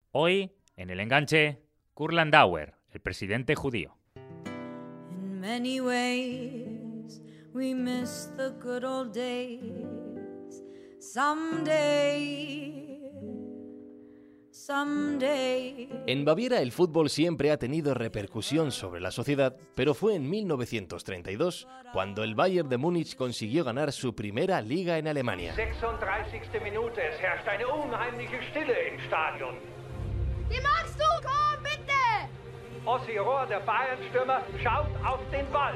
Hoy, en el enganche, Kurt Landauer, el presidente judío. In many ways, we miss the good old days. Someday. En Baviera el fútbol siempre ha tenido repercusión sobre la sociedad, pero fue en 1932 cuando el Bayern de Múnich consiguió ganar su primera liga en Alemania. 36. Minute, es herrscht eine unheimliche Stille im Stadion. Die magst du, komm bitte! Ossi Rohr, der Bayern-Stürmer, schaut auf den Ball.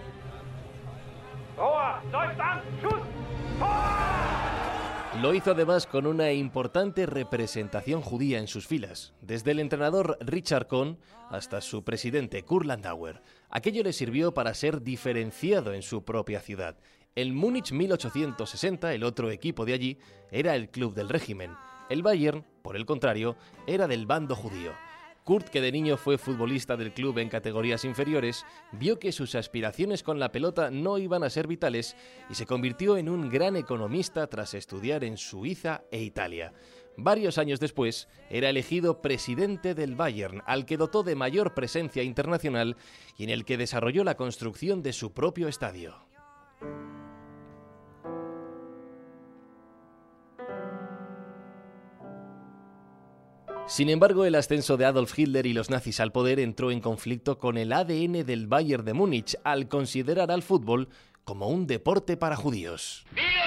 Rohr läuft an, Schuss, Tor! Lo hizo además con una importante representación judía en sus filas, desde el entrenador Richard Cohn hasta su presidente Kurt Landauer. Aquello le sirvió para ser diferenciado en su propia ciudad. El Múnich 1860, el otro equipo de allí, era el club del régimen. El Bayern, por el contrario, era del bando judío. Kurt, que de niño fue futbolista del club en categorías inferiores, vio que sus aspiraciones con la pelota no iban a ser vitales y se convirtió en un gran economista tras estudiar en Suiza e Italia. Varios años después, era elegido presidente del Bayern, al que dotó de mayor presencia internacional y en el que desarrolló la construcción de su propio estadio. Sin embargo, el ascenso de Adolf Hitler y los nazis al poder entró en conflicto con el ADN del Bayern de Múnich al considerar al fútbol como un deporte para judíos.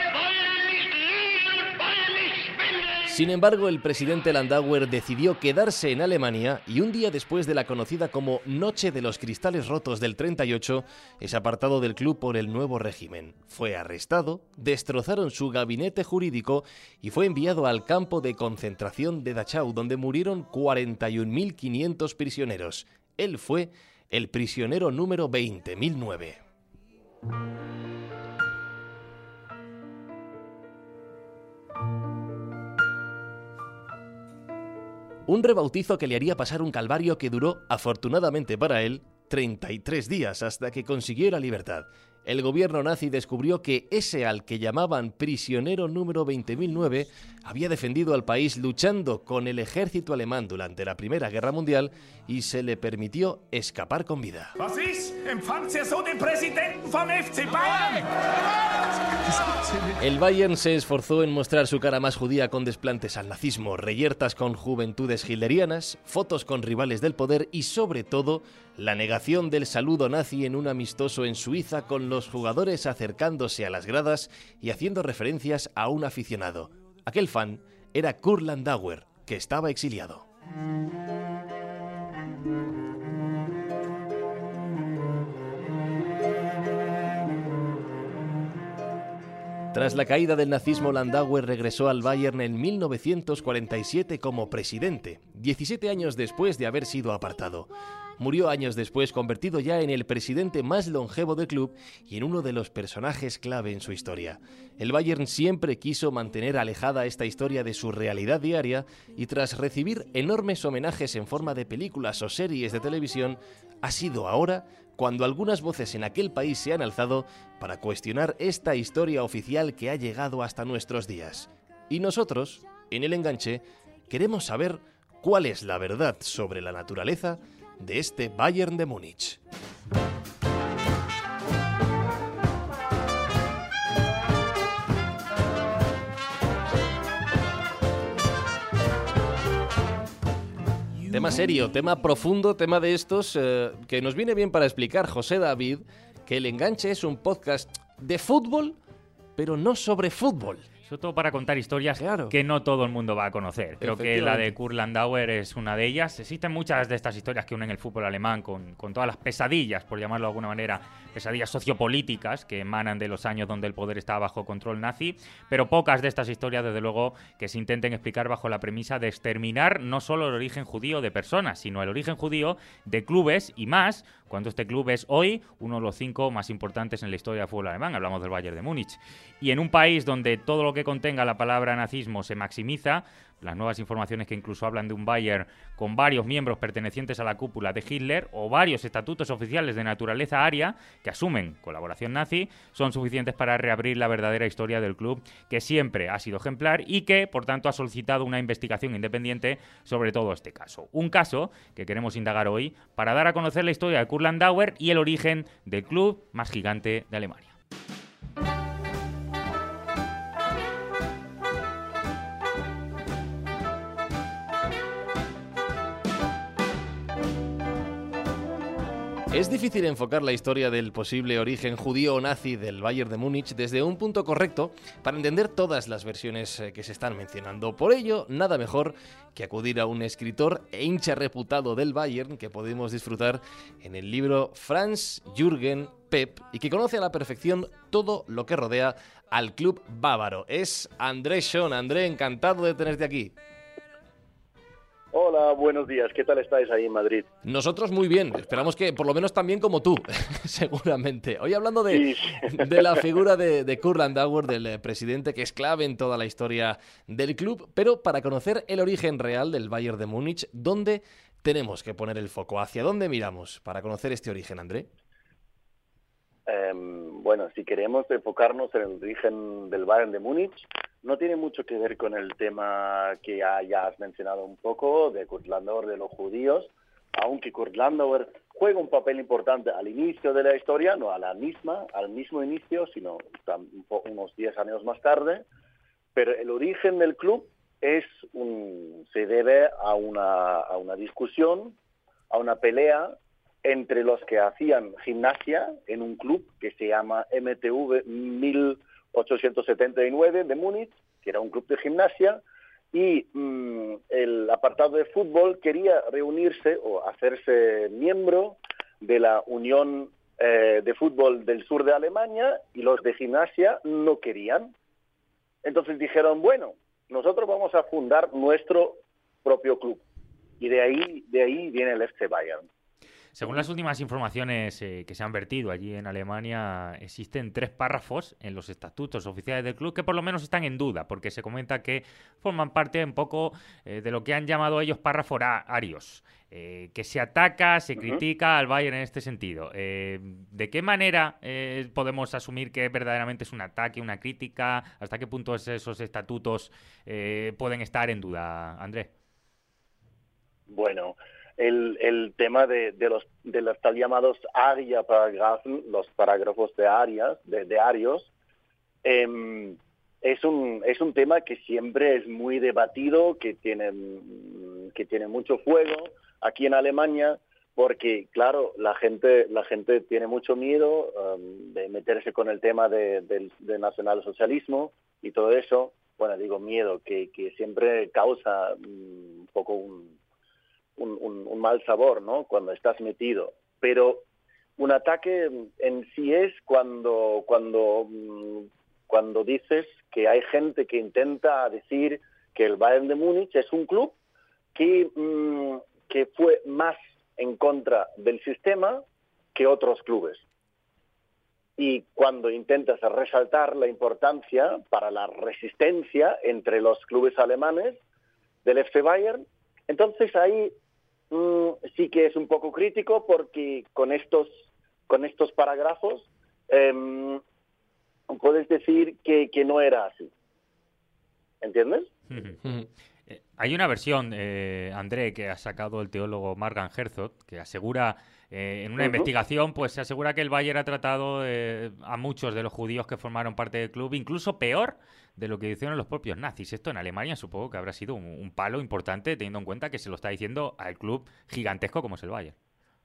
Sin embargo, el presidente Landauer decidió quedarse en Alemania y un día después de la conocida como Noche de los Cristales Rotos del 38, es apartado del club por el nuevo régimen. Fue arrestado, destrozaron su gabinete jurídico y fue enviado al campo de concentración de Dachau, donde murieron 41.500 prisioneros. Él fue el prisionero número 20.009. Un rebautizo que le haría pasar un calvario que duró, afortunadamente para él, 33 días hasta que consiguió la libertad. El gobierno nazi descubrió que ese al que llamaban prisionero número 20.009 había defendido al país luchando con el ejército alemán durante la Primera Guerra Mundial y se le permitió escapar con vida. Was ist? Empfangt ihr so den Präsidenten vom FC Bayern? El Bayern se esforzó en mostrar su cara más judía con desplantes al nazismo, reyertas con juventudes hitlerianas, fotos con rivales del poder y, sobre todo, la negación del saludo nazi en un amistoso en Suiza con los jugadores acercándose a las gradas y haciendo referencias a un aficionado. Aquel fan era Kurt Landauer, que estaba exiliado. Tras la caída del nazismo, Landauer regresó al Bayern en 1947 como presidente, 17 años después de haber sido apartado. Murió años después, convertido ya en el presidente más longevo del club y en uno de los personajes clave en su historia. El Bayern siempre quiso mantener alejada esta historia de su realidad diaria y tras recibir enormes homenajes en forma de películas o series de televisión, ha sido ahora cuando algunas voces en aquel país se han alzado para cuestionar esta historia oficial que ha llegado hasta nuestros días. Y nosotros, en El Enganche, queremos saber cuál es la verdad sobre la naturaleza de este Bayern de Múnich. Tema serio, tema profundo, tema de estos que nos viene bien para explicar José David que El Enganche es un podcast de fútbol, pero no sobre fútbol. Sobre todo para contar historias que no todo el mundo va a conocer. Creo que la de Kurt Landauer es una de ellas. Existen muchas de estas historias que unen el fútbol alemán con todas las pesadillas, por llamarlo de alguna manera, pesadillas sociopolíticas que emanan de los años donde el poder estaba bajo control nazi, pero pocas de estas historias, desde luego, que se intenten explicar bajo la premisa de exterminar no solo el origen judío de personas, sino el origen judío de clubes y más, cuando este club es hoy uno de los 5 más importantes en la historia del fútbol alemán. Hablamos del Bayern de Múnich. Y en un país donde todo lo que que contenga la palabra nazismo se maximiza. Las nuevas informaciones que incluso hablan de un Bayern con varios miembros pertenecientes a la cúpula de Hitler o varios estatutos oficiales de naturaleza aria que asumen colaboración nazi son suficientes para reabrir la verdadera historia del club, que siempre ha sido ejemplar y que, por tanto, ha solicitado una investigación independiente sobre todo este caso. Un caso que queremos indagar hoy para dar a conocer la historia de Kurt Landauer y el origen del club más gigante de Alemania. Es difícil enfocar la historia del posible origen judío o nazi del Bayern de Múnich desde un punto correcto para entender todas las versiones que se están mencionando. Por ello, nada mejor que acudir a un escritor e hincha reputado del Bayern que podemos disfrutar en el libro Franz Jürgen Pep y que conoce a la perfección todo lo que rodea al club bávaro. Es André Schoen. André, encantado de tenerte aquí. Hola, buenos días. ¿Qué tal estáis ahí en Madrid? Nosotros muy bien. Esperamos que por lo menos tan bien como tú, seguramente. Hoy hablando de la figura de Kurt Landauer, del presidente, que es clave en toda la historia del club, pero para conocer el origen real del Bayern de Múnich, ¿dónde tenemos que poner el foco? ¿Hacia dónde miramos para conocer este origen, André? Bueno, si queremos enfocarnos en el origen del Bayern de Múnich, no tiene mucho que ver con el tema que ya has mencionado un poco, de Kurt Landauer, de los judíos, aunque Kurt Landauer juega un papel importante al inicio de la historia, no al mismo inicio, sino unos 10 años más tarde, pero el origen del club se debe a una discusión, a una pelea entre los que hacían gimnasia en un club que se llama MTV 1879 de Múnich, que era un club de gimnasia, y el apartado de fútbol quería reunirse o hacerse miembro de la Unión de Fútbol del Sur de Alemania, y los de gimnasia no querían. Entonces dijeron, bueno, nosotros vamos a fundar nuestro propio club. Y de ahí viene el FC Bayern. Según las últimas informaciones que se han vertido allí en Alemania, existen 3 párrafos en los estatutos oficiales del club que por lo menos están en duda, porque se comenta que forman parte un poco de lo que han llamado ellos párrafos arios, que se ataca, se critica al Bayern en este sentido. ¿De qué manera podemos asumir que verdaderamente es un ataque, una crítica? ¿Hasta qué punto esos estatutos pueden estar en duda, André? Bueno, el tema de los tal llamados Aria-Paragrafen, los parágrafos de Arios, es un tema que siempre es muy debatido, que tiene mucho fuego aquí en Alemania, porque claro, la gente tiene mucho miedo de meterse con el tema del nacionalsocialismo y todo eso. Bueno, digo miedo, que siempre causa un poco un mal sabor, ¿no?, cuando estás metido. Pero un ataque en sí es cuando dices que hay gente que intenta decir que el Bayern de Múnich es un club que fue más en contra del sistema que otros clubes. Y cuando intentas resaltar la importancia para la resistencia entre los clubes alemanes del FC Bayern, entonces ahí sí que es un poco crítico, porque con estos parágrafos puedes decir que no era así. ¿Entiendes? Hay una versión, André, que ha sacado el teólogo Margan Herzog, que asegura, en una investigación, pues se asegura que el Bayern ha tratado a muchos de los judíos que formaron parte del club, incluso peor de lo que hicieron los propios nazis. Esto en Alemania supongo que habrá sido un palo importante, teniendo en cuenta que se lo está diciendo al club gigantesco como es el Bayern.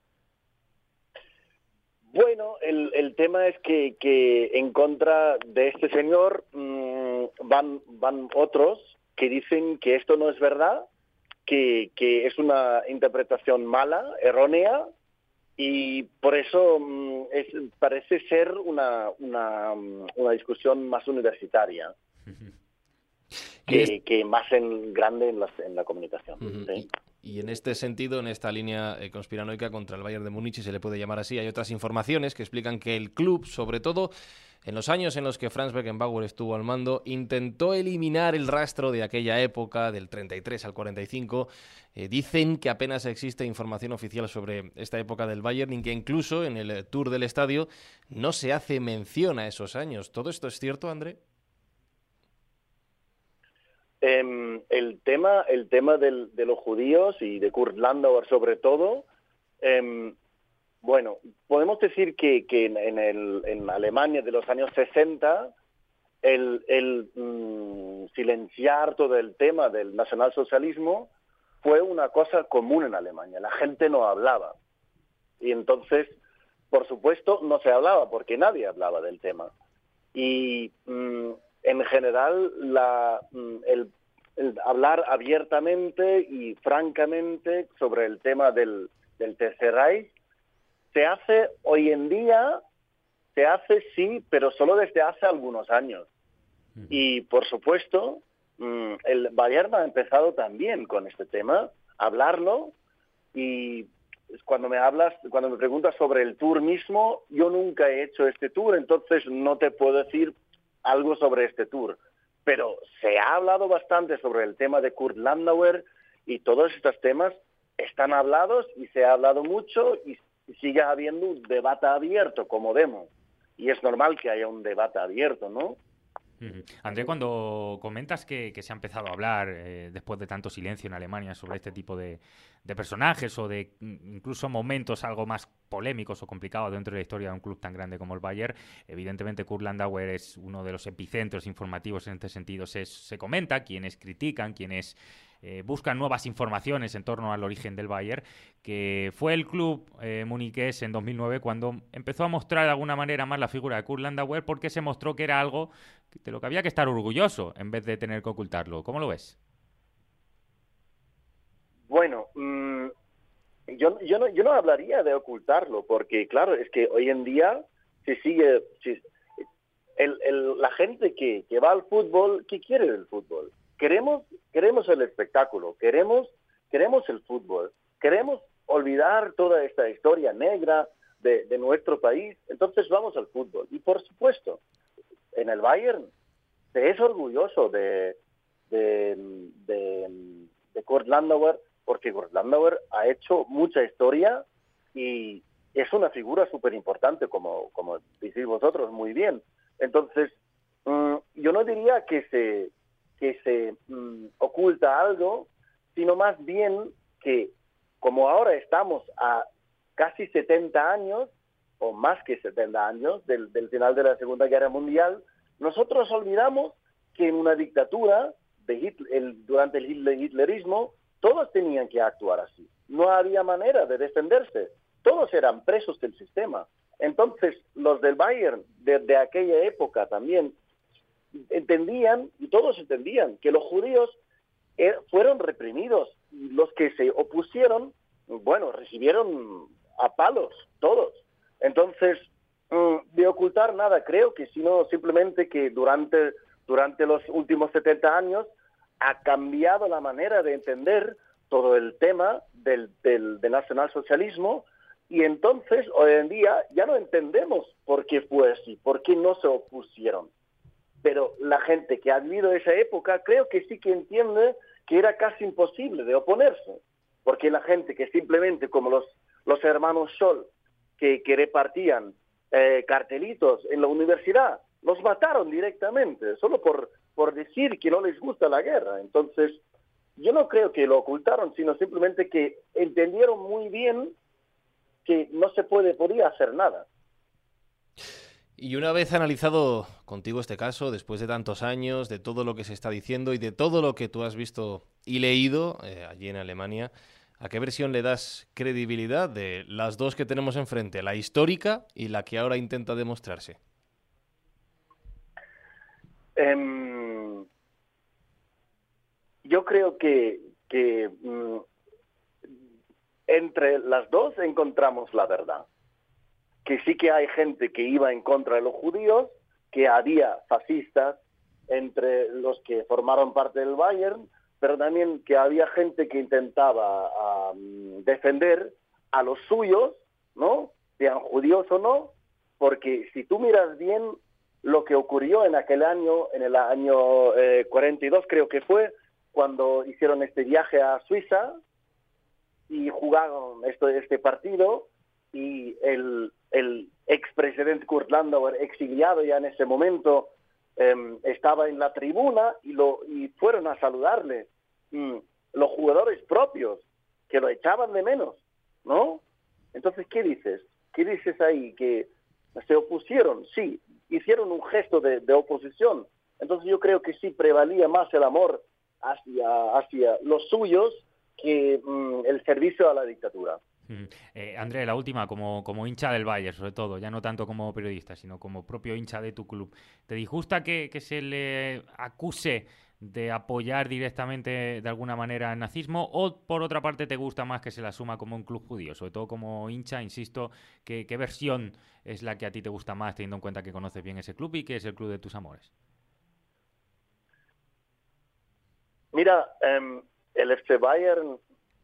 Bueno, el tema es que en contra de este señor van otros que dicen que esto no es verdad, que es una interpretación mala, errónea, y por eso parece ser una discusión más universitaria que más grande en la comunicación. ¿Sí? Y en este sentido, en esta línea conspiranoica contra el Bayern de Múnich, si se le puede llamar así, hay otras informaciones que explican que el club, sobre todo, en los años en los que Franz Beckenbauer estuvo al mando, intentó eliminar el rastro de aquella época, del 33 al 45. Dicen que apenas existe información oficial sobre esta época del Bayern y que incluso en el tour del estadio no se hace mención a esos años. ¿Todo esto es cierto, André? El tema de los judíos y de Kurt Landauer sobre todo, bueno, podemos decir que en Alemania de los años 60 el silenciar todo el tema del nacionalsocialismo fue una cosa común en Alemania. La gente no hablaba. Y entonces, por supuesto, no se hablaba porque nadie hablaba del tema. Y en general, el hablar abiertamente y francamente sobre el tema del Tercer Reich se hace hoy en día, sí, pero solo desde hace algunos años. Y por supuesto, el Bayern ha empezado también con este tema, a hablarlo, y cuando me preguntas sobre el tour mismo, yo nunca he hecho este tour, entonces no te puedo decir algo sobre este tour. Pero se ha hablado bastante sobre el tema de Kurt Landauer y todos estos temas están hablados y se ha hablado mucho y sigue habiendo un debate abierto, como vemos. Y es normal que haya un debate abierto, ¿no? André, cuando comentas que se ha empezado a hablar después de tanto silencio en Alemania sobre este tipo de personajes o de incluso momentos algo más polémicos o complicados dentro de la historia de un club tan grande como el Bayern, evidentemente Kurt Landauer es uno de los epicentros informativos en este sentido. Se comenta, quienes critican, quienes buscan nuevas informaciones en torno al origen del Bayern, que fue el club muniqués en 2009 cuando empezó a mostrar de alguna manera más la figura de Kurt Landauer, porque se mostró que era algo de lo que había que estar orgulloso en vez de tener que ocultarlo. ¿Cómo lo ves? Bueno, yo no hablaría de ocultarlo, porque claro, es que hoy en día se sigue... la gente que va al fútbol, ¿qué quiere del fútbol? Queremos el espectáculo, queremos el fútbol, queremos olvidar toda esta historia negra de nuestro país, entonces vamos al fútbol. Y por supuesto, en el Bayern se es orgulloso de Kurt Landauer, porque Kurt Landauer ha hecho mucha historia y es una figura súper importante, como decís vosotros muy bien. Entonces, yo no diría que se oculta algo, sino más bien que como ahora estamos a casi 70 años, o más que 70 años, del final de la Segunda Guerra Mundial, nosotros olvidamos que en una dictadura, durante el hitlerismo, todos tenían que actuar así. No había manera de defenderse. Todos eran presos del sistema. Entonces, los del Bayern de aquella época también entendían, y todos entendían, que los judíos fueron reprimidos. Y los que se opusieron, bueno, recibieron a palos, todos. Entonces, de ocultar nada, creo que sino simplemente que durante los últimos 70 años ha cambiado la manera de entender todo el tema del nacionalsocialismo, y entonces hoy en día ya no entendemos por qué fue así, por qué no se opusieron. Pero la gente que ha vivido esa época creo que sí que entiende que era casi imposible de oponerse, porque la gente que simplemente, como los hermanos Scholl, que repartían cartelitos en la universidad, los mataron directamente, solo por decir que no les gusta la guerra. Entonces, yo no creo que lo ocultaron, sino simplemente que entendieron muy bien que no se podía hacer nada. Y una vez analizado contigo este caso, después de tantos años, de todo lo que se está diciendo y de todo lo que tú has visto y leído allí en Alemania, ¿a qué versión le das credibilidad de las dos que tenemos enfrente, la histórica y la que ahora intenta demostrarse? Yo creo que entre las dos encontramos la verdad. Que sí que hay gente que iba en contra de los judíos, que había fascistas entre los que formaron parte del Bayern, pero también que había gente que intentaba defender a los suyos, ¿no? Sean judíos o no, porque si tú miras bien, lo que ocurrió en aquel año, en el año 42 creo que fue, cuando hicieron este viaje a Suiza y jugaron este partido, y el expresidente Kurt Landauer, exiliado ya en ese momento, estaba en la tribuna y fueron a saludarle los jugadores propios, que lo echaban de menos, ¿no? Entonces, ¿qué dices? ¿Qué dices ahí? ¿Que se opusieron? Sí, hicieron un gesto de oposición. Entonces yo creo que sí prevalía más el amor hacia los suyos que el servicio a la dictadura. André, la última, como hincha del Bayern, sobre todo, ya no tanto como periodista, sino como propio hincha de tu club. ¿Te disgusta que se le acuse de apoyar directamente de alguna manera el nazismo, o por otra parte te gusta más que se le asuma como un club judío? Sobre todo como hincha, insisto, ¿qué versión es la que a ti te gusta más, teniendo en cuenta que conoces bien ese club y que es el club de tus amores? Mira, el FC Bayern,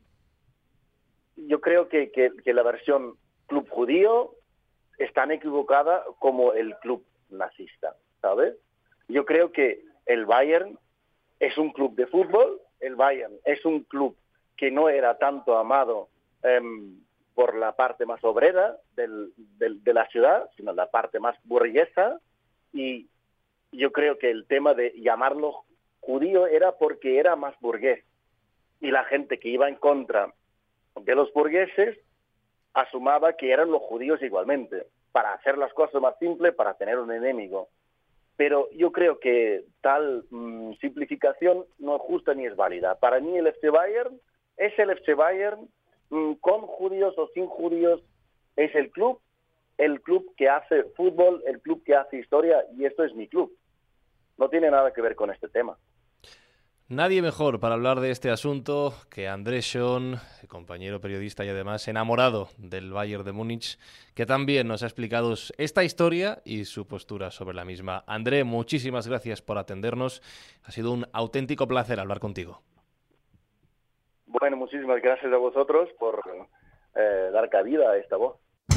yo creo que la versión club judío es tan equivocada como el club nazista, ¿sabes? Yo creo que el Bayern es un club de fútbol, el Bayern es un club que no era tanto amado por la parte más obrera de la ciudad, sino la parte más burguesa, y yo creo que el tema de llamarlo judío era porque era más burgués, y la gente que iba en contra de los burgueses asumaba que eran los judíos igualmente, para hacer las cosas más simples, para tener un enemigo. Pero yo creo que tal simplificación no es justa ni es válida. Para mí el FC Bayern es el FC Bayern, con judíos o sin judíos, es el club que hace fútbol, el club que hace historia, y esto es mi club. No tiene nada que ver con este tema. Nadie mejor para hablar de este asunto que André Schoen, compañero periodista y además enamorado del Bayern de Múnich, que también nos ha explicado esta historia y su postura sobre la misma. André, muchísimas gracias por atendernos. Ha sido un auténtico placer hablar contigo. Bueno, muchísimas gracias a vosotros por dar cabida a esta voz.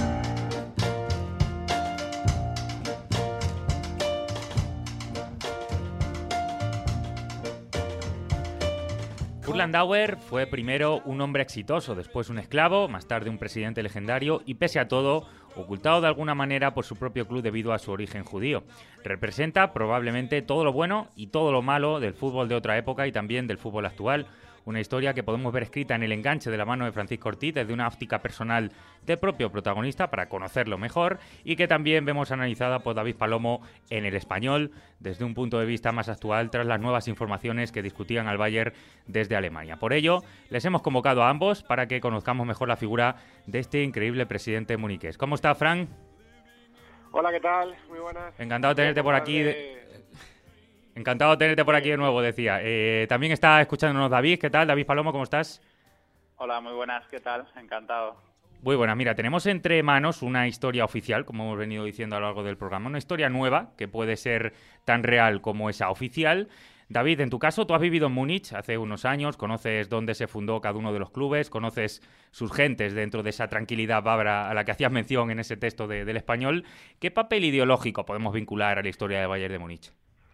Kurt Landauer fue primero un hombre exitoso, después un esclavo, más tarde un presidente legendario y, pese a todo, ocultado de alguna manera por su propio club debido a su origen judío. Representa probablemente todo lo bueno y todo lo malo del fútbol de otra época y también del fútbol actual. Una historia que podemos ver escrita en El enganche de la mano de Francisco Ortiz desde una óptica personal del propio protagonista para conocerlo mejor, y que también vemos analizada por David Palomo en El Español desde un punto de vista más actual tras las nuevas informaciones que discutían al Bayern desde Alemania. Por ello, les hemos convocado a ambos para que conozcamos mejor la figura de este increíble presidente muniqués. ¿Cómo está, Fran? Hola, ¿qué tal? Muy buenas. Encantado de tenerte por aquí. Encantado de tenerte por aquí de nuevo, decía. También está escuchándonos David. ¿Qué tal, David Palomo? ¿Cómo estás? Hola, muy buenas. ¿Qué tal? Encantado. Muy buena. Mira, tenemos entre manos una historia oficial, como hemos venido diciendo a lo largo del programa. Una historia nueva que puede ser tan real como esa oficial. David, en tu caso, tú has vivido en Múnich hace unos años, conoces dónde se fundó cada uno de los clubes, conoces sus gentes dentro de esa tranquilidad bávara a la que hacías mención en ese texto del Español. ¿Qué papel ideológico podemos vincular a la historia del Bayern de Múnich?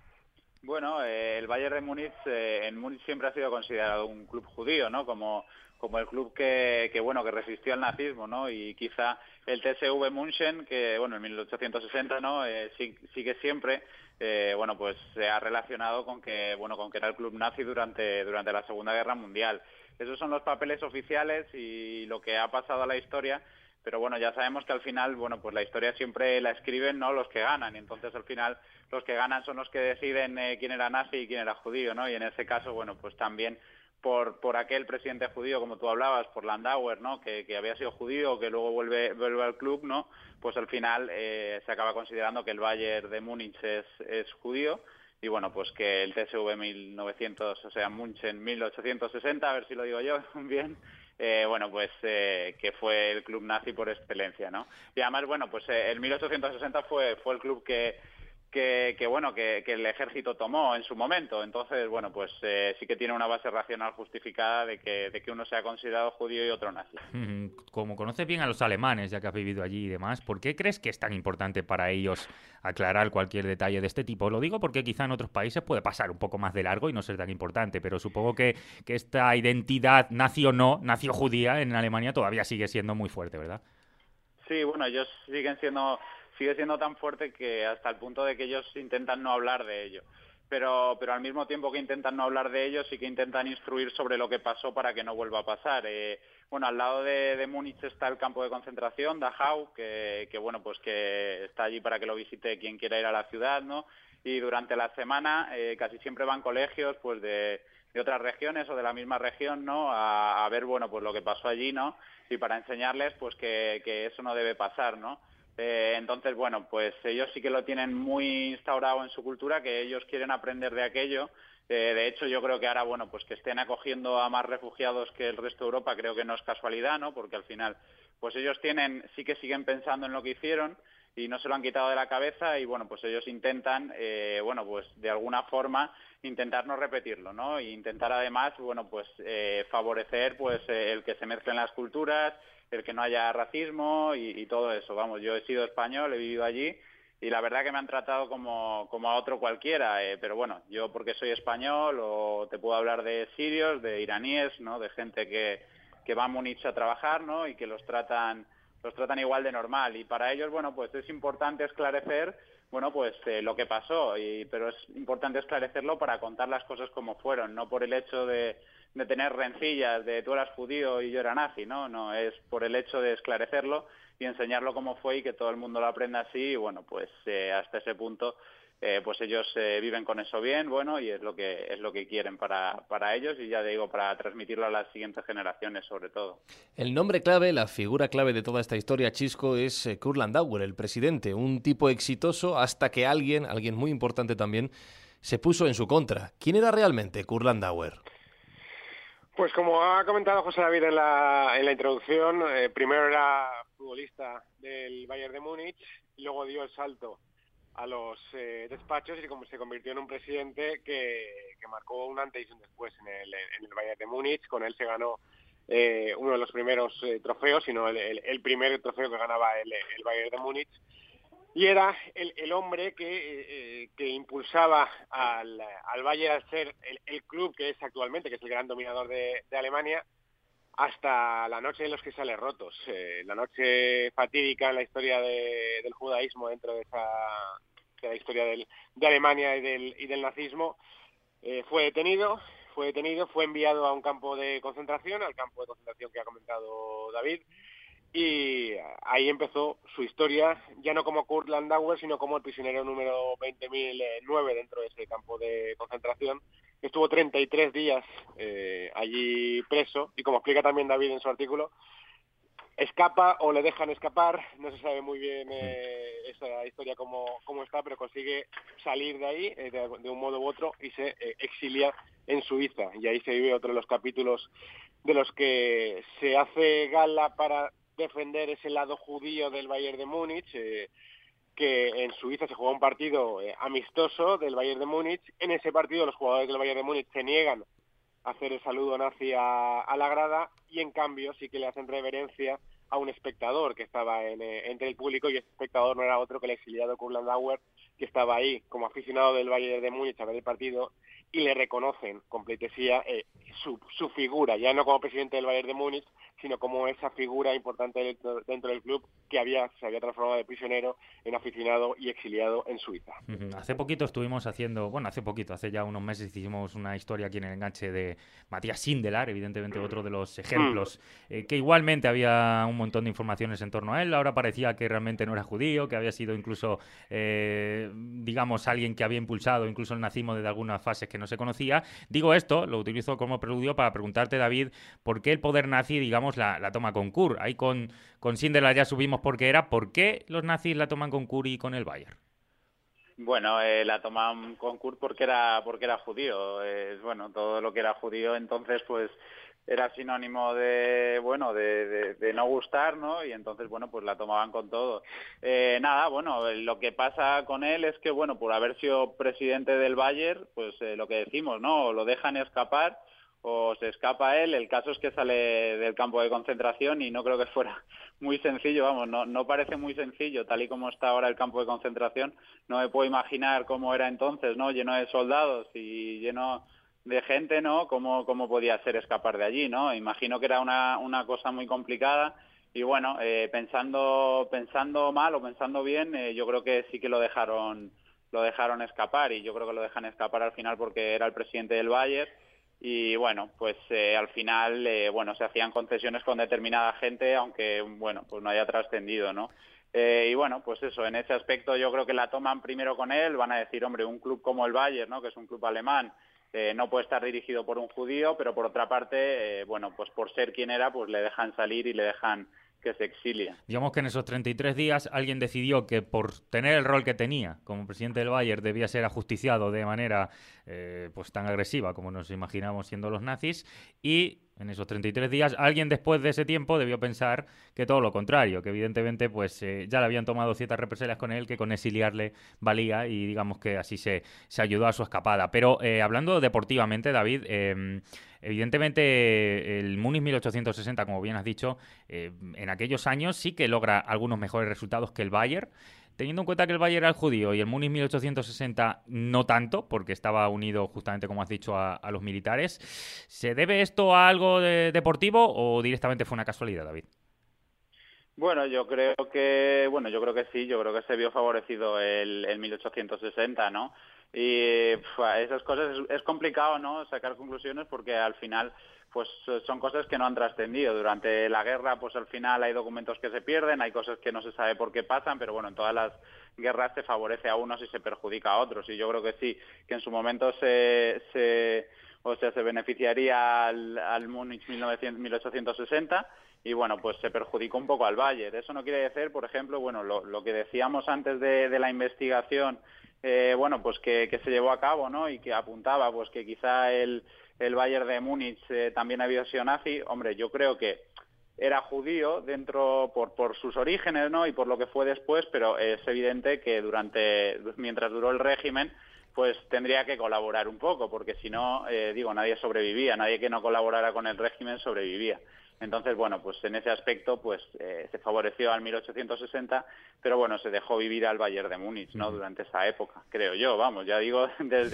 Bueno, el Bayern de Múnich, en Múnich siempre ha sido considerado un club judío, ¿no? Como el club que resistió al nazismo, ¿no? Y quizá el TSV München, que bueno, en 1860, ¿no? Sigue siempre, pues se ha relacionado con que era el club nazi durante la Segunda Guerra Mundial. Esos son los papeles oficiales y lo que ha pasado a la historia. Pero bueno, ya sabemos que al final, pues la historia siempre la escriben, ¿no?, los que ganan, y entonces al final los que ganan son los que deciden quién era nazi y quién era judío, ¿no? Y en ese caso, pues también por aquel presidente judío, como tú hablabas, por Landauer, ¿no?, que había sido judío, que luego vuelve al club, ¿no? Pues al final se acaba considerando que el Bayern de Múnich es judío, y bueno, pues que el TSV München 1860, a ver si lo digo yo bien, que fue el club nazi por excelencia, ¿no? Y además, el 1860 fue el club que bueno, que el ejército tomó en su momento. Entonces, bueno, pues sí que tiene una base racional justificada de que uno sea considerado judío y otro nazi. Como conoces bien a los alemanes, ya que has vivido allí y demás, ¿por qué crees que es tan importante para ellos aclarar cualquier detalle de este tipo? Lo digo porque quizá en otros países puede pasar un poco más de largo y no ser tan importante, pero supongo que esta identidad, nazi o no, nazi o judía, en Alemania todavía sigue siendo muy fuerte, ¿verdad? Sí, bueno, ellos sigue siendo tan fuerte que hasta el punto de que ellos intentan no hablar de ello. Pero al mismo tiempo que intentan no hablar de ello, sí que intentan instruir sobre lo que pasó para que no vuelva a pasar. Bueno, al lado de Múnich está el campo de concentración, Dachau, que bueno, pues que está allí para que lo visite quien quiera ir a la ciudad, ¿no? Y durante la semana casi siempre van colegios pues de otras regiones o de la misma región, ¿no? A ver, bueno, pues lo que pasó allí, ¿no? Y para enseñarles pues que eso no debe pasar, ¿no? Entonces, bueno, pues ellos sí que lo tienen muy instaurado en su cultura, que ellos quieren aprender de aquello. De hecho, yo creo que ahora, bueno, pues que estén acogiendo a más refugiados que el resto de Europa, creo que no es casualidad, ¿no? Porque al final, pues ellos sí que siguen pensando en lo que hicieron y no se lo han quitado de la cabeza y, bueno, pues ellos intentan, bueno, pues de alguna forma intentar no repetirlo, ¿no? E intentar además, bueno, pues favorecer pues el que se mezclen las culturas, el que no haya racismo y todo eso. Vamos, yo he sido español, he vivido allí y la verdad que me han tratado como a otro cualquiera, pero bueno, yo porque soy español o te puedo hablar de sirios, de iraníes, ¿no? De gente que va a Múnich a trabajar, ¿no? Y que los tratan igual de normal y para ellos, bueno, pues es importante esclarecer, bueno, pues lo que pasó, pero es importante esclarecerlo para contar las cosas como fueron, no por el hecho de tener rencillas de tú eras judío y yo era nazi, no, es por el hecho de esclarecerlo y enseñarlo cómo fue y que todo el mundo lo aprenda así y bueno, pues hasta ese punto pues ellos viven con eso bien, bueno, y es lo que quieren para ellos y ya digo, para transmitirlo a las siguientes generaciones sobre todo. El nombre clave, la figura clave de toda esta historia, Chisco, es Kurt Landauer, el presidente, un tipo exitoso hasta que alguien muy importante también, se puso en su contra. ¿Quién era realmente Kurt Landauer? Pues como ha comentado José David en la introducción, primero era futbolista del Bayern de Múnich, luego dio el salto a los despachos y se convirtió en un presidente que marcó un antes y un después en el Bayern de Múnich. Con él se ganó uno de los primeros trofeos, sino el primer trofeo que ganaba el Bayern de Múnich. Y era el hombre que impulsaba al Bayern a ser el club que es actualmente, que es el gran dominador de Alemania, hasta la noche de los cristales rotos, la noche fatídica en la historia del judaísmo dentro de la historia de Alemania y del nazismo. Fue detenido, fue enviado a un campo de concentración, al campo de concentración que ha comentado David, y ahí empezó su historia, ya no como Kurt Landauer, sino como el prisionero número 20.009 dentro de ese campo de concentración. Estuvo 33 días allí preso, y como explica también David en su artículo, escapa o le dejan escapar, no se sabe muy bien esa historia cómo está, pero consigue salir de ahí de un modo u otro y se exilia en Suiza, y ahí se vive otro de los capítulos de los que se hace gala para defender ese lado judío del Bayern de Múnich, que en Suiza se jugó un partido amistoso del Bayern de Múnich. En ese partido los jugadores del Bayern de Múnich se niegan a hacer el saludo nazi a la grada y en cambio sí que le hacen reverencia a un espectador que estaba entre el público, y ese espectador no era otro que el exiliado Kurt Landauer, que estaba ahí como aficionado del Bayern de Múnich a ver el partido, y le reconocen con pleitesía su figura, ya no como presidente del Bayern de Múnich, sino como esa figura importante dentro del club que se había transformado de prisionero en aficionado y exiliado en Suiza. Hace poquito estuvimos haciendo, hace ya unos meses hicimos una historia aquí en el enganche de Matías Sindelar, evidentemente otro de los ejemplos, que igualmente había un montón de informaciones en torno a él. Ahora parecía que realmente no era judío, que había sido incluso, digamos, alguien que había impulsado incluso el nazismo desde algunas fases que no se conocía. Digo esto, lo utilizo como preludio para preguntarte, David, ¿por qué el poder nazi, digamos, la toma con Kurt? Ahí con Sindelar ya subimos por qué era. ¿Por qué los nazis la toman con Kurt y con el Bayern? Bueno, la toman con Kurt porque era judío. Bueno, todo lo que era judío entonces pues era sinónimo de, bueno, de no gustar, ¿no? Y entonces, bueno, pues la tomaban con todo. Nada, bueno, lo que pasa con él es que, bueno, por haber sido presidente del Bayern, pues lo que decimos, ¿no? O lo dejan escapar o se escapa él. El caso es que sale del campo de concentración y no creo que fuera muy sencillo, vamos, no parece muy sencillo, tal y como está ahora el campo de concentración. No me puedo imaginar cómo era entonces, ¿no? Lleno de soldados y lleno de gente, ¿no? ¿Cómo podía ser escapar de allí, ¿no? Imagino que era una cosa muy complicada y bueno, pensando mal o pensando bien, yo creo que sí que lo dejaron escapar y yo creo que lo dejan escapar al final porque era el presidente del Bayern y bueno, pues al final, bueno, se hacían concesiones con determinada gente, aunque bueno, pues no haya trascendido, ¿no? Y bueno, pues eso, en ese aspecto yo creo que la toman primero con él, van a decir, hombre, un club como el Bayern, ¿no? Que es un club alemán, no puede estar dirigido por un judío, pero por otra parte, bueno, pues por ser quien era, pues le dejan salir y le dejan que se exilie. Digamos que en esos 33 días alguien decidió que por tener el rol que tenía como presidente del Bayern debía ser ajusticiado de manera pues tan agresiva como nos imaginamos siendo los nazis, y en esos 33 días alguien después de ese tiempo debió pensar que todo lo contrario, que evidentemente pues ya le habían tomado ciertas represalias con él, que con exiliarle valía y digamos que así se ayudó a su escapada. Pero hablando deportivamente, David, evidentemente el Múnich 1860, como bien has dicho, en aquellos años sí que logra algunos mejores resultados que el Bayern. Teniendo en cuenta que el Bayern era el judío y el Múnich 1860 no tanto, porque estaba unido justamente, como has dicho, a los militares, ¿se debe esto a algo deportivo o directamente fue una casualidad, David? Bueno, yo creo que sí, yo creo que se vio favorecido el 1860, ¿no? Y esas cosas es complicado, ¿no? Sacar conclusiones porque al final pues son cosas que no han trascendido. Durante la guerra, pues al final hay documentos que se pierden, hay cosas que no se sabe por qué pasan, pero bueno, en todas las guerras se favorece a unos y se perjudica a otros. Y yo creo que sí, que en su momento se beneficiaría al Múnich 1860 y bueno, pues se perjudicó un poco al Bayern. Eso no quiere decir, por ejemplo, bueno, lo que decíamos antes de la investigación, bueno, pues que se llevó a cabo, ¿no? Y que apuntaba, pues que quizá el Bayern de Múnich también había sido nazi. Hombre, yo creo que era judío dentro por sus orígenes, ¿no? Y por lo que fue después, pero es evidente que mientras duró el régimen, pues tendría que colaborar un poco, porque si no, nadie sobrevivía, nadie que no colaborara con el régimen sobrevivía. Entonces, bueno, pues en ese aspecto pues se favoreció al 1860, pero bueno, se dejó vivir al Bayern de Múnich, ¿no? Durante esa época, creo yo, vamos, ya digo,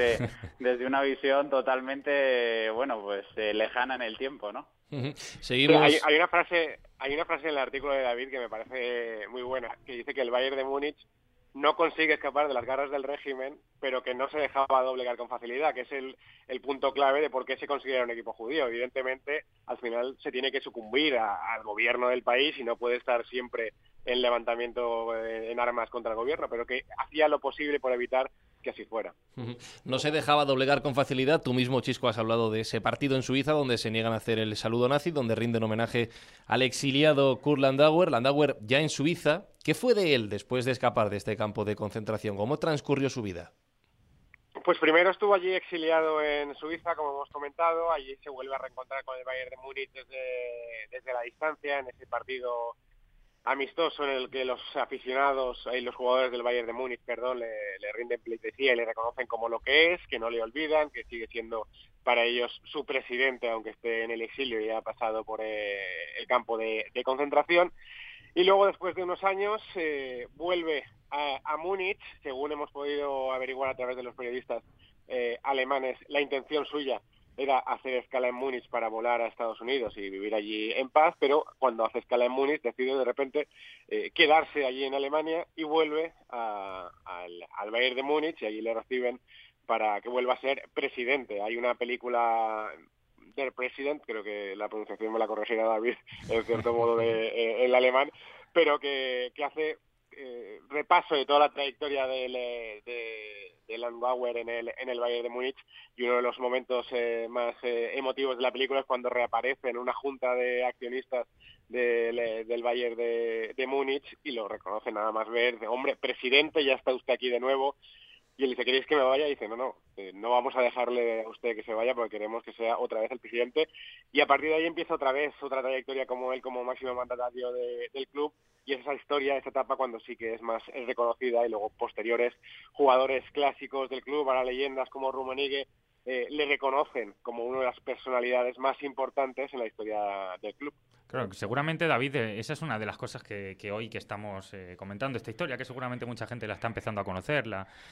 desde una visión totalmente, bueno, pues lejana en el tiempo, ¿no? Seguimos. Sí, hay una frase en el artículo de David que me parece muy buena, que dice que el Bayern de Múnich no consigue escapar de las garras del régimen, pero que no se dejaba doblegar con facilidad, que es el punto clave de por qué se considera un equipo judío. Evidentemente, al final se tiene que sucumbir al gobierno del país y no puede estar siempre en levantamiento en armas contra el gobierno, pero que hacía lo posible por evitar que así fuera. No se dejaba doblegar con facilidad. Tú mismo, Chisco, has hablado de ese partido en Suiza donde se niegan a hacer el saludo nazi, donde rinden homenaje al exiliado Kurt Landauer. Landauer ya en Suiza. ¿Qué fue de él después de escapar de este campo de concentración? ¿Cómo transcurrió su vida? Pues primero estuvo allí exiliado en Suiza, como hemos comentado. Allí se vuelve a reencontrar con el Bayern de Múnich desde la distancia, en ese partido amistoso en el que los aficionados y los jugadores del Bayern de Múnich, le rinden pleitesía y le reconocen como lo que es, que no le olvidan, que sigue siendo para ellos su presidente, aunque esté en el exilio y ha pasado por el campo de concentración. Y luego, después de unos años, vuelve a Múnich, según hemos podido averiguar a través de los periodistas alemanes. La intención suya era hacer escala en Múnich para volar a Estados Unidos y vivir allí en paz, pero cuando hace escala en Múnich decide de repente quedarse allí en Alemania y vuelve al Bayern de Múnich y allí le reciben para que vuelva a ser presidente. Hay una película, Der President, creo que la pronunciación me la corregirá David, en cierto modo el alemán, pero que hace repaso de toda la trayectoria de Landauer en el Bayern de Múnich, y uno de los momentos más emotivos de la película es cuando reaparece en una junta de accionistas del Bayern de Múnich y lo reconoce nada más ver, hombre, presidente, ya está usted aquí de nuevo. Y él dice, ¿queréis que me vaya? Y dice, no vamos a dejarle a usted que se vaya porque queremos que sea otra vez el presidente. Y a partir de ahí empieza otra vez otra trayectoria como él, como máximo mandatario del club. Y es esa historia, esa etapa cuando sí que es reconocida, y luego posteriores jugadores clásicos del club, ahora leyendas como Rummenigge, le reconocen como una de las personalidades más importantes en la historia del club. Claro, seguramente, David, esa es una de las cosas que hoy que estamos comentando, esta historia, que seguramente mucha gente la está empezando a conocer,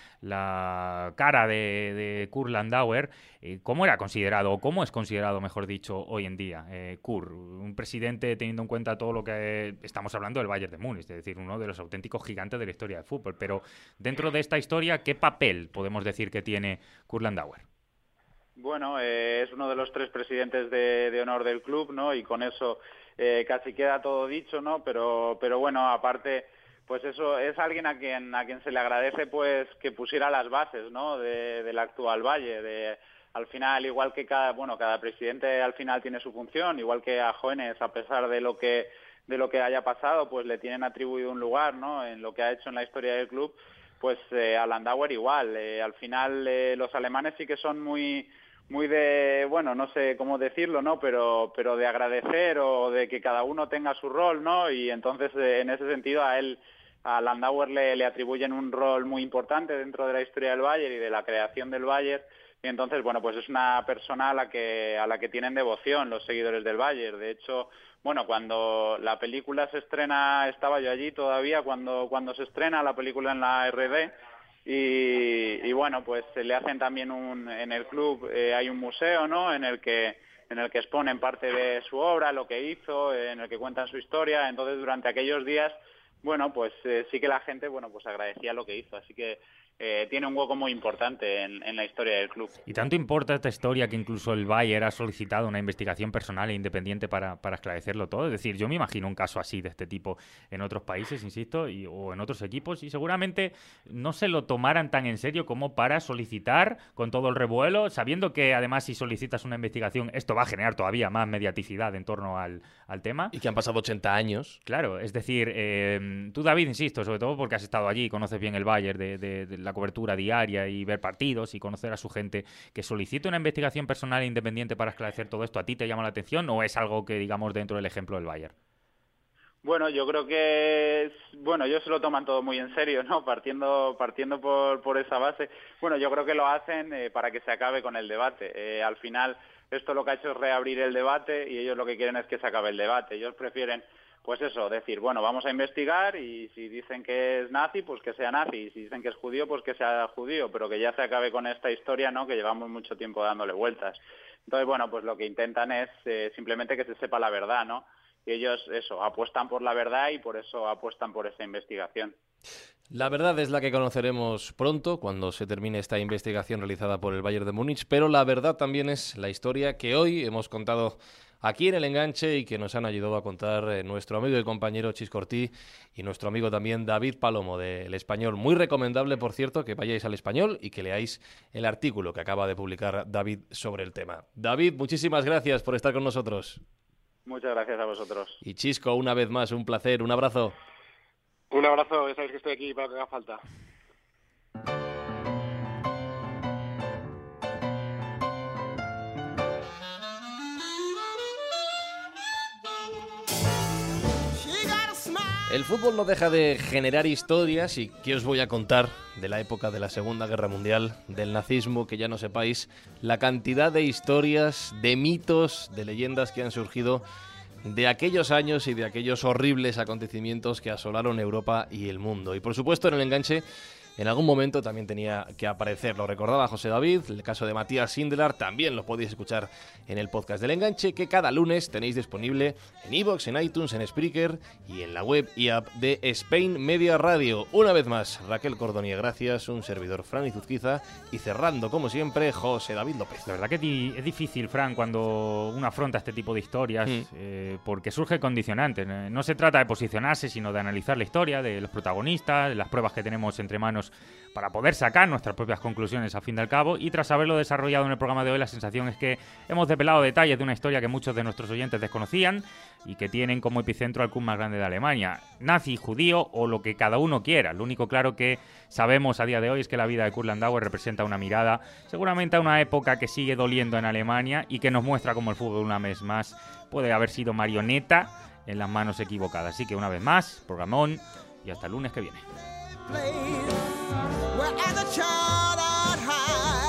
la cara de Kurt Landauer. ¿Cómo era considerado, o cómo es considerado, mejor dicho, hoy en día Kurt? Un presidente teniendo en cuenta todo lo que estamos hablando del Bayern de Múnich, es decir, uno de los auténticos gigantes de la historia del fútbol. Pero dentro de esta historia, ¿qué papel podemos decir que tiene Kurt Landauer? Bueno, es uno de los 3 presidentes de honor del club, ¿no? Y con eso casi queda todo dicho, ¿no? Pero bueno, aparte, pues eso es alguien a quien se le agradece, pues, que pusiera las bases, ¿no? Del actual Valle. Al final, igual que cada presidente al final tiene su función, igual que a Hoeneß, a pesar de lo que haya pasado, pues le tienen atribuido un lugar, ¿no? En lo que ha hecho en la historia del club, pues a Landauer igual. Al final los alemanes sí que son muy de, bueno, no sé cómo decirlo, ¿no? Pero de agradecer, o de que cada uno tenga su rol, ¿no? Y entonces, en ese sentido, a Landauer le atribuyen un rol muy importante dentro de la historia del Bayern y de la creación del Bayern. Y entonces, bueno, pues es una persona a la que tienen devoción los seguidores del Bayern. De hecho, bueno, cuando la película se estrena, estaba yo allí todavía cuando se estrena la película en la RD. Y bueno, pues le hacen también en el club hay un museo, ¿no? En el que exponen parte de su obra, lo que hizo, en el que cuentan su historia. Entonces, durante aquellos días, bueno, pues sí que la gente, bueno, pues agradecía lo que hizo. Así que tiene un hueco muy importante en la historia del club. Y tanto importa esta historia que incluso el Bayern ha solicitado una investigación personal e independiente para esclarecerlo todo. Es decir, yo me imagino un caso así de este tipo en otros países, insisto, o en otros equipos, y seguramente no se lo tomaran tan en serio como para solicitar con todo el revuelo, sabiendo que además si solicitas una investigación esto va a generar todavía más mediaticidad en torno al tema. Y que han pasado 80 años. Claro, es decir, tú, David, insisto, sobre todo porque has estado allí, conoces bien el Bayern de la cobertura diaria y ver partidos y conocer a su gente, que solicite una investigación personal e independiente para esclarecer todo esto, ¿a ti te llama la atención o es algo que, digamos, dentro del ejemplo del Bayern? Bueno, yo creo que ellos se lo toman todo muy en serio, ¿no? Partiendo por esa base. Bueno, yo creo que lo hacen para que se acabe con el debate. Al final, esto lo que ha hecho es reabrir el debate y ellos lo que quieren es que se acabe el debate. Ellos prefieren, pues eso, decir, bueno, vamos a investigar y si dicen que es nazi, pues que sea nazi. Y si dicen que es judío, pues que sea judío. Pero que ya se acabe con esta historia, ¿no? Que llevamos mucho tiempo dándole vueltas. Entonces, bueno, pues lo que intentan es simplemente que se sepa la verdad, ¿no? Y ellos, eso, apuestan por la verdad y por eso apuestan por esa investigación. La verdad es la que conoceremos pronto, cuando se termine esta investigación realizada por el Bayern de Múnich, pero la verdad también es la historia que hoy hemos contado aquí en El Enganche y que nos han ayudado a contar nuestro amigo y compañero Chis Cortí y nuestro amigo también David Palomo del Español. Muy recomendable, por cierto, que vayáis al Español y que leáis el artículo que acaba de publicar David sobre el tema. David, muchísimas gracias por estar con nosotros. Muchas gracias a vosotros. Y Chisco, una vez más, un placer, un abrazo. Un abrazo, ya sabéis que estoy aquí para lo que haga falta. El fútbol no deja de generar historias y ¿qué os voy a contar de la época de la Segunda Guerra Mundial, del nazismo, que ya no sepáis la cantidad de historias, de mitos, de leyendas que han surgido de aquellos años y de aquellos horribles acontecimientos que asolaron Europa y el mundo? Y por supuesto en El Enganche en algún momento también tenía que aparecer, lo recordaba José David, el caso de Matías Sindelar también lo podéis escuchar en el podcast del Enganche, que cada lunes tenéis disponible en iVoox, en iTunes, en Spreaker y en la web y app de Spain Media Radio. Una vez más, Raquel Cordonier, gracias, un servidor, Fran Izuzquiza, y cerrando como siempre, José David López. La verdad que es difícil, Fran, cuando uno afronta este tipo de historias, porque surge condicionante. No se trata de posicionarse, sino de analizar la historia de los protagonistas, las pruebas que tenemos entre manos años para poder sacar nuestras propias conclusiones a fin del cabo, y tras haberlo desarrollado en el programa de hoy, la sensación es que hemos desvelado detalles de una historia que muchos de nuestros oyentes desconocían y que tienen como epicentro al club más grande de Alemania, nazi, judío o lo que cada uno quiera. Lo único claro que sabemos a día de hoy es que la vida de Kurt Landauer representa una mirada seguramente a una época que sigue doliendo en Alemania y que nos muestra cómo el fútbol una vez más puede haber sido marioneta en las manos equivocadas. Así que una vez más, programón, y hasta el lunes que viene. Where as a child I'd hide